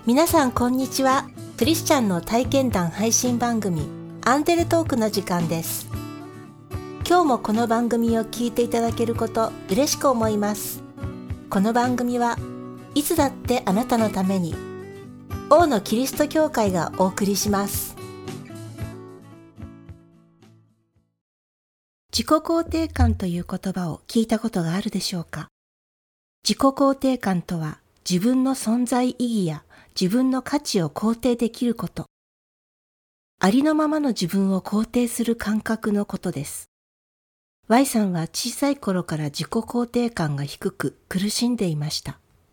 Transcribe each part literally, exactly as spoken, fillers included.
皆さんこんにちは。クリスチャンの体験談配信番組アンデルトークの時間です。今日もこの番組を聞いていただけること嬉しく思います。この番組はいつだってあなたのために王のキリスト教会がお送りします。自己肯定感という言葉を聞いたことがあるでしょうか。自己肯定感とは自分の存在意義や自分の価値を肯定できること。ありのままの自分を肯定する感覚のことです。Y さんは小さい頃から自己肯定感が低く苦しんでいました。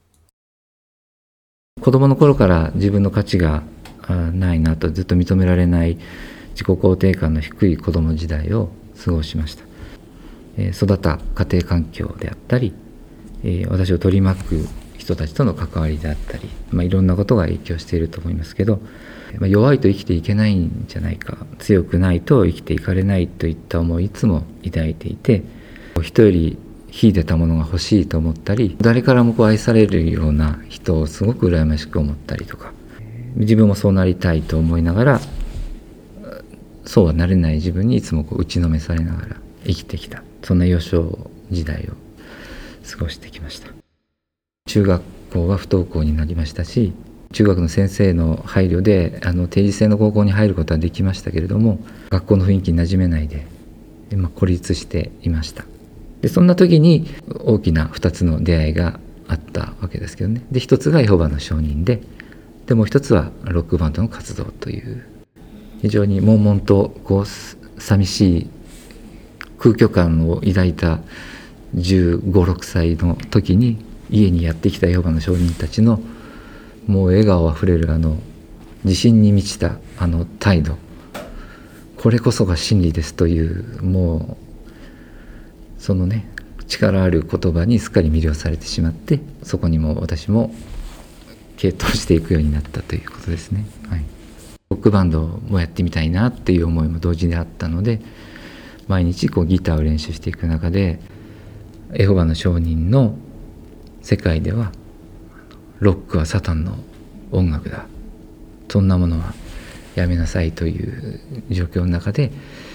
子供の頃から自分の価値がないなとずっと認められない自己肯定感の低い子供時代を過ごしました。育った家庭環境であったり、私を取り巻く人たちとの関わりであったり、まあ、いろんなことが影響していると思いますけど、まあ、弱いと生きていけないんじゃないか、強くないと生きていかれないといった思いいつも抱いていて、人より秀でたものが欲しいと思ったり、誰からもこう愛されるような人をすごく羨ましく思ったりとか、自分もそうなりたいと思いながら、そうはなれない自分にいつもこう打ちのめされながら生きてきた、そんな幼少時代を過ごしてきました。中学校は不登校になりましたし、中学の先生の配慮であの定時制の高校に入ることはできましたけれども、学校の雰囲気に馴染めないで、まあ、孤立していました。でそんな時に大きなふたつの出会いがあったわけですけどね。でひとつがエホバの証人で、でもう一つはロックバンドの活動という、非常に悶々とこう寂しい空虚感を抱いたじゅうご、ろくさいの時に家にやってきたエホバの証人たちのもう笑顔あふれるあの自信に満ちたあの態度、これこそが真理ですという、もうそのね力ある言葉にすっかり魅了されてしまって、そこにも私も傾倒していくようになったということですね。はい、ロックバンドもやってみたいなっていう思いも同時にあったので、毎日こうギターを練習していく中で、エホバの証人の世界ではロックはサタンの音楽だ、そんなものはやめなさいという状況の中で、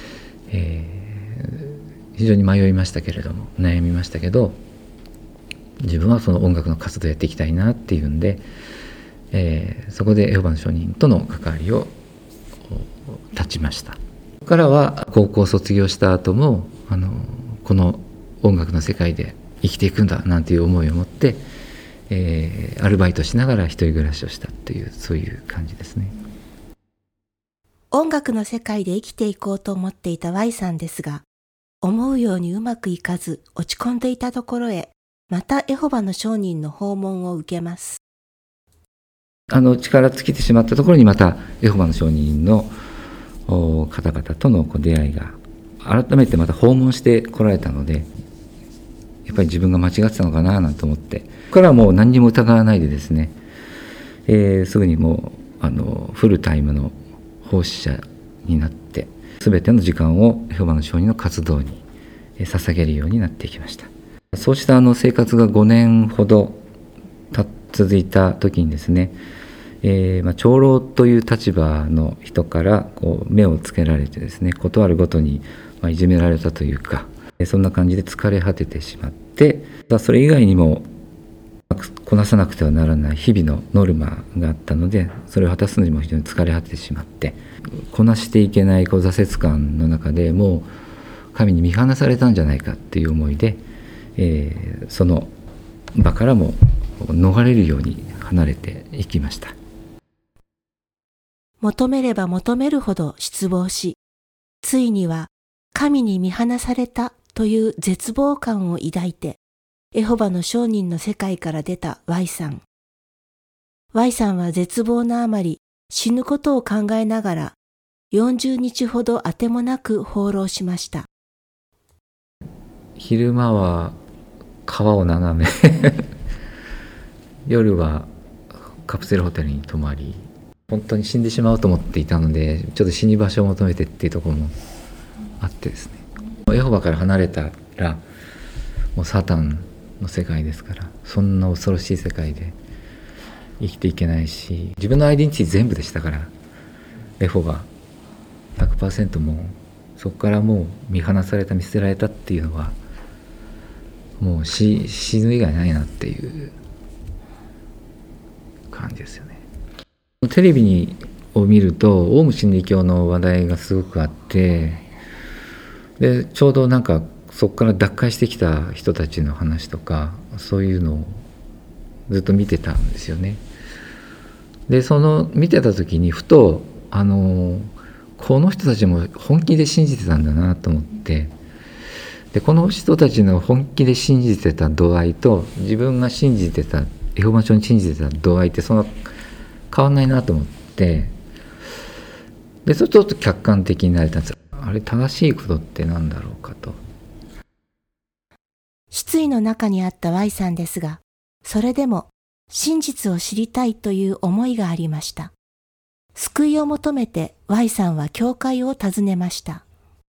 えー、非常に迷いましたけれども、悩みましたけど、自分はその音楽の活動をやっていきたいなっていうんで、えー、そこでエホバの証人との関わりを断ちました。そこからは高校を卒業した後もあのこの音楽の世界で生きていくんだなんていう思いを持って、えー、アルバイトしながら一人暮らしをしたという、そういう感じですね。 音楽の世界で生きていこうと思っていた Y さんですが、思うようにうまくいかず落ち込んでいたところへ、またエホバの証人の訪問を受けます。 あの力尽きてしまったところにまたエホバの証人の方々とのこう出会いが改めてまた訪問してこられたので、やっぱり自分が間違ってたのかななんて思って、ここからはもう何にも疑わないでですね、えー、すぐにもうあのフルタイムの奉仕者になって、全ての時間をエホバの証人の活動に捧げるようになってきました。そうしたあの生活がごねんほど続いた時にですね、えーまあ、長老という立場の人からこう目をつけられてですね、ことあるごとにまあいじめられたというか、そんな感じで疲れ果ててしまって、それ以外にもこなさなくてはならない日々のノルマがあったので、それを果たすのにも非常に疲れ果ててしまって、こなしていけないこう挫折感の中でもう神に見放されたんじゃないかっていう思いで、えー、その場からも逃れるように離れていきました。 求めれば求めるほど失望し、ついには神に見放されたという絶望感を抱いて、エホバの証人の世界から出た Y さん。Y さんは絶望のあまり死ぬことを考えながら、よんじゅうにちほどあてもなく放浪しました。 昼間は川を眺め夜はカプセルホテルに泊まり、本当に死んでしまうと思っていたので、ちょっと死に場所を求めてっていうところもあってですね、エホバから離れたらもうサタンの世界ですから、そんな恐ろしい世界で生きていけないし、自分のアイデンティティ全部でしたから、エホバ ひゃくパーセント もうそこからもう見放された、見捨てられたっていうのはもう 死, 死ぬ以外ないなっていう感じですよね。テレビにを見るとオウム真理教の話題がすごくあって、でちょうどなんかそこから脱会してきた人たちの話とかそういうのをずっと見てたんですよね。でその見てた時にふとあのこの人たちも本気で信じてたんだなと思って、でこの人たちの本気で信じてた度合いと自分が信じてたエホバ書に信じてた度合いってそんな変わんないなと思って、でそれちょっと客観的になれたんですよ。あれ正しいことって何だろうかと。 失意の中にあった Y さんですが、それでも真実を知りたいという思いがありました。救いを求めて Y さんは教会を訪ねました。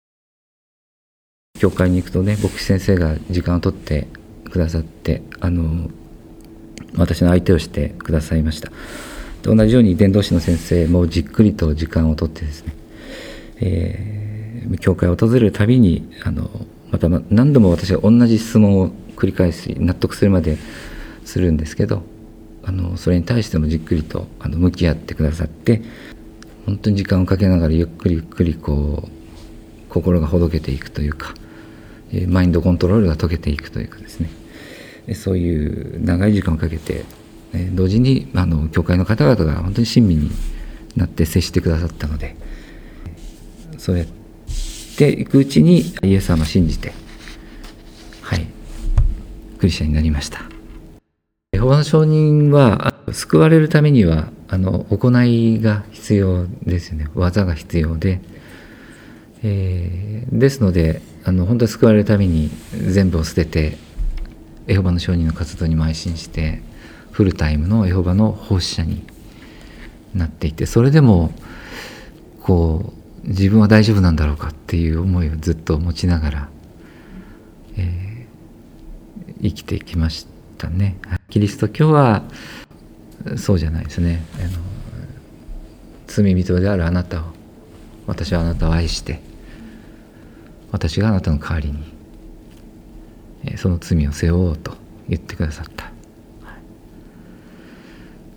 教会に行くとね、牧師先生が時間を取ってくださって、あの私の相手をしてくださいました。で同じように伝道師の先生もじっくりと時間を取ってですね、えー、教会を訪れるたびにあのまた何度も私は同じ質問を繰り返し納得するまでするんですけど、あのそれに対してもじっくりとあの向き合ってくださって、本当に時間をかけながらゆっくりゆっくりこう心がほどけていくというか、マインドコントロールが解けていくというかですね、そういう長い時間をかけて同時にあの教会の方々が本当に親身になって接してくださったので、そうやっていくうちにイエス様を信じて、はいクリスチャンになりました。エホバの証人は救われるためにはあの行いが必要ですよね。技が必要で、えー、ですのであの本当に救われるために全部を捨ててエホバの証人の活動に邁進して、フルタイムのエホバの奉仕者になっていて、それでもこう自分は大丈夫なんだろうかっていう思いをずっと持ちながら、えー、生きてきましたね。キリスト教はそうじゃないですね。あの罪人であるあなたを、私はあなたを愛して、私があなたの代わりにその罪を背負おうと言ってくださった、はい、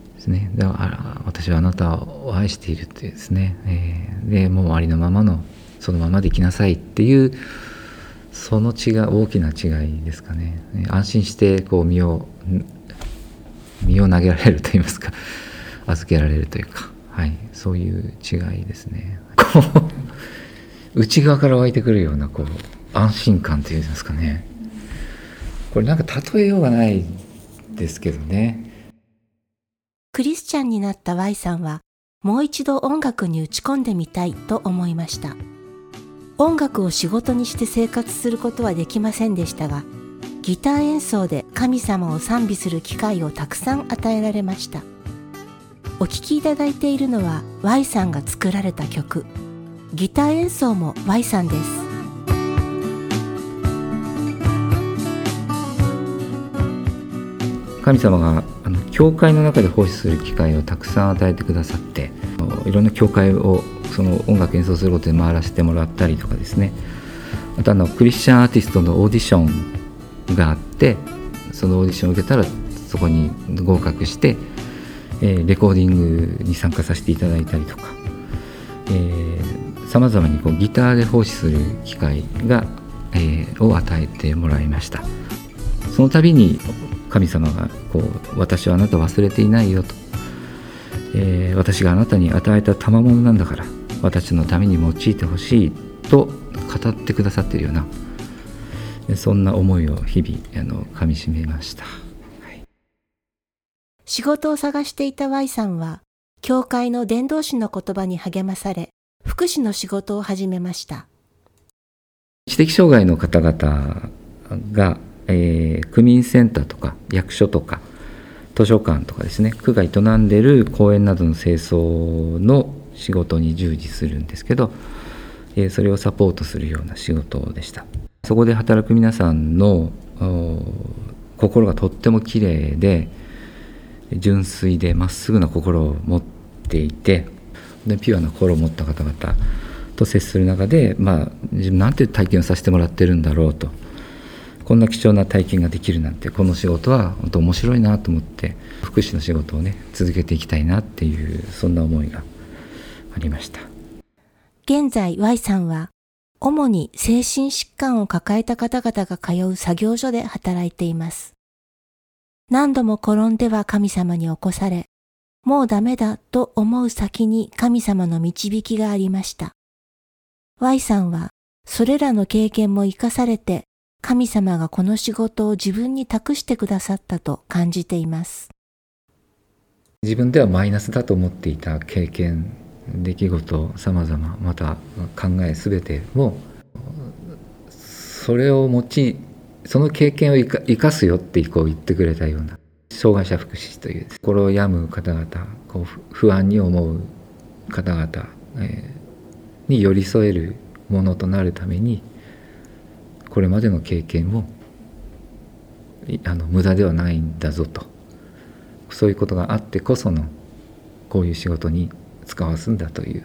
ですね。だから私はあなたを愛しているっていうですね、えー、でもうありのままのそのままで生きなさいっていう、その違い、大きな違いですかね。安心してこう身を身を投げられると言いますか、預けられるというか、はい、そういう違いですね。こう内側から湧いてくるようなこう安心感というんですかね。これなんか例えようがないですけどね。 クリスチャンになった Y さんはもう一度音楽に打ち込んでみたいと思いました。音楽を仕事にして生活することはできませんでしたが、ギター演奏で神様を賛美する機会をたくさん与えられました。お聴きいただいているのは Y さんが作られた曲。ギター演奏も Y さんです。 神様があの教会の中で奉仕する機会をたくさん与えてくださって、いろんな教会をその音楽演奏することで回らせてもらったりとかですね、あとあのクリスチャンアーティストのオーディションがあって、そのオーディションを受けたらそこに合格して、えー、レコーディングに参加させていただいたりとか、さまざまにこうギターで奉仕する機会が、えー、を与えてもらいました。その度に神様がこう私はあなたを忘れていないよと、えー、私があなたに与えた賜物なんだから私のために用いてほしいと語ってくださっているような、そんな思いを日々あのかみしめました、はい、 仕事を探していた Y さんは教会の伝道師の言葉に励まされ、福祉の仕事を始めました。 知的障害の方々が、えー、区民センターとか役所とか図書館とかですね、区が営んでいる公園などの清掃の仕事に従事するんですけど、えー、それをサポートするような仕事でした。そこで働く皆さんの心がとってもきれいで、 純粋でまっすぐな心を持っていて、でピュアな心を持った方々と接する中で、まあ、自分なんて体験をさせてもらってるんだろうと、こんな貴重な体験ができるなんて、この仕事は本当面白いなと思って、福祉の仕事をね続けていきたいなっていう、そんな思いがありました。 現在 Y さんは主に精神疾患を抱えた方々が通う作業所で働いています。何度も転んでは神様に起こされ、もうダメだと思う先に神様の導きがありました。Y さんはそれらの経験も生かされて、神様がこの仕事を自分に託してくださったと感じています。 自分ではマイナスだと思っていた経験、出来事さまざま、また考えすべてを、それを用いその経験を生か、生かすよってこう言ってくれたような、障害者福祉という心を病む方々、こう不安に思う方々、えー、に寄り添えるものとなるために、これまでの経験をあの無駄ではないんだぞと、そういうことがあってこそのこういう仕事に使わすんだという。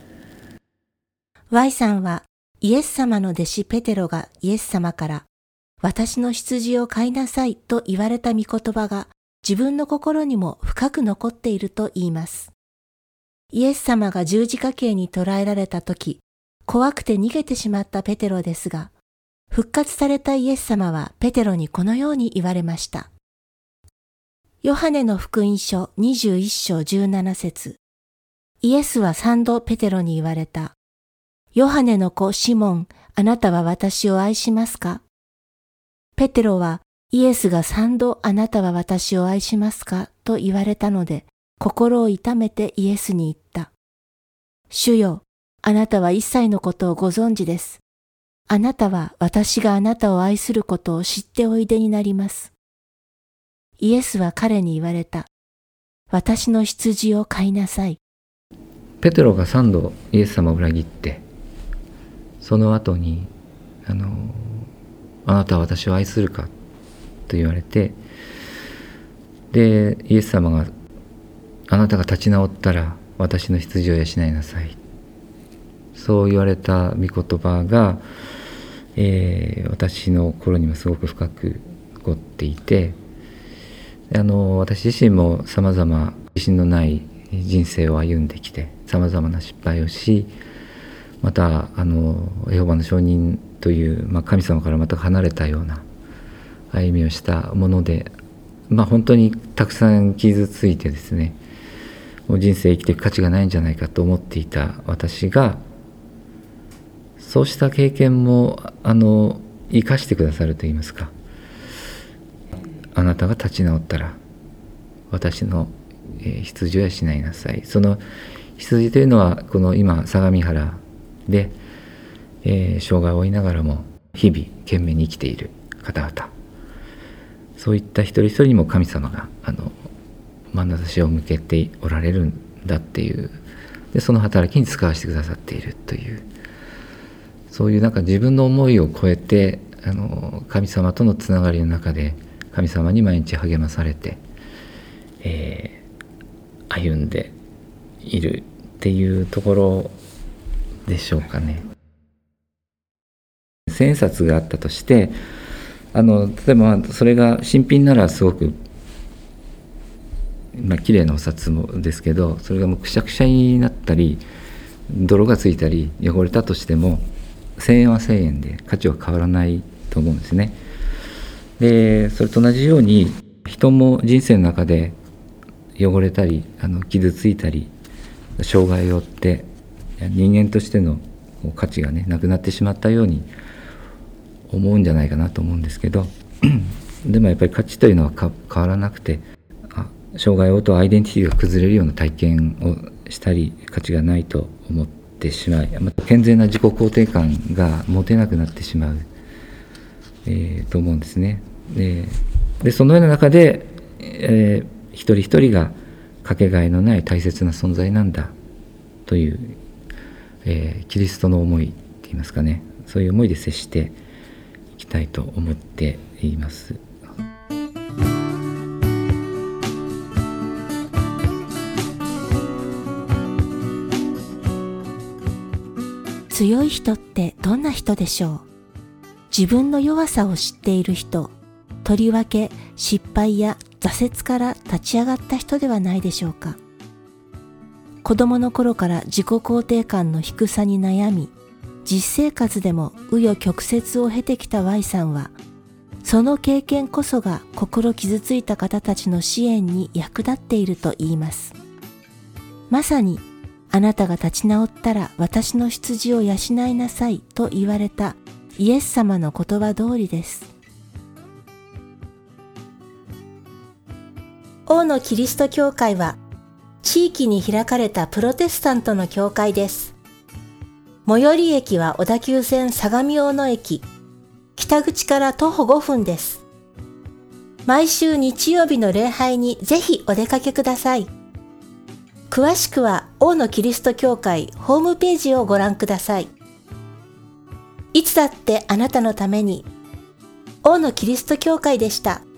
Y さんはイエス様の弟子ペテロがイエス様から私の羊を飼いなさいと言われた御言葉が自分の心にも深く残っていると言います。イエス様が十字架刑に捕らえられた時、怖くて逃げてしまったペテロですが、復活されたイエス様はペテロにこのように言われました。ヨハネの福音書にじゅういっ章じゅうなな節。イエスは三度ペテロに言われた。ヨハネの子シモン、あなたは私を愛しますか？ペテロはイエスが三度あなたは私を愛しますかと言われたので、心を痛めてイエスに言った。主よ、あなたは一切のことをご存知です。あなたは私があなたを愛することを知っておいでになります。イエスは彼に言われた。私の羊を飼いなさい。 ペテロが三度イエス様を裏切って、その後にあのあなたは私を愛するかと言われて、でイエス様があなたが立ち直ったら私の羊を養いなさい、そう言われた御言葉が、えー、私の心にもすごく深く残っていて、あの私自身もさまざま自信のない人生を歩んできて、さまざまな失敗をし、またあのエホバの証人という、まあ、神様からまた離れたような歩みをしたもので、まあ、本当にたくさん傷ついてですね、もう人生生きていく価値がないんじゃないかと思っていた私が、そうした経験もあの生かしてくださるといいますか、あなたが立ち直ったら私の、えー、羊を養いなさい。その羊というのはこの今相模原で、えー、障害を負いながらも日々懸命に生きている方々、そういった一人一人にも神様があの眼差しを向けておられるんだっていう、でその働きに使わせてくださっているという、そういうなんか自分の思いを超えてあの神様とのつながりの中で神様に毎日励まされて、えー、歩んでいるっていうところでしょうかね。千円札があったとして、あの例えばそれが新品ならすごくまあ綺麗なお札もですけど、それがもうくしゃくしゃになったり泥がついたり汚れたとしても、千円は千円で価値は変わらないと思うんですね。でそれと同じように人も人生の中で汚れたりあの傷ついたり障害を負って人間としての価値がねなくなってしまったように思うんじゃないかなと思うんですけどでもやっぱり価値というのは変わらなくて、あ障害を負うとアイデンティティが崩れるような体験をしたり価値がないと思ってしまい、また健全な自己肯定感が持てなくなってしまう、えー、と思うんですね。で, でそのような中で、えー、一人一人がかけがえのない大切な存在なんだという、えー、キリストの思いって言いますかね、そういう思いで接していきたいと思っています。 強い人ってどんな人でしょう。自分の弱さを知っている人、とりわけ失敗や挫折から立ち上がった人ではないでしょうか。子供の頃から自己肯定感の低さに悩み、実生活でも紆余曲折を経てきた Y さんは、その経験こそが心傷ついた方たちの支援に役立っていると言います。まさに、あなたが立ち直ったら私の羊を養いなさいと言われたイエス様の言葉通りです。王のキリスト教会は、地域に開かれたプロテスタントの教会です。最寄り駅は小田急線相模大野駅、北口から徒歩ごふんです。毎週日曜日の礼拝にぜひお出かけください。詳しくは王のキリスト教会ホームページをご覧ください。いつだってあなたのために、王のキリスト教会でした。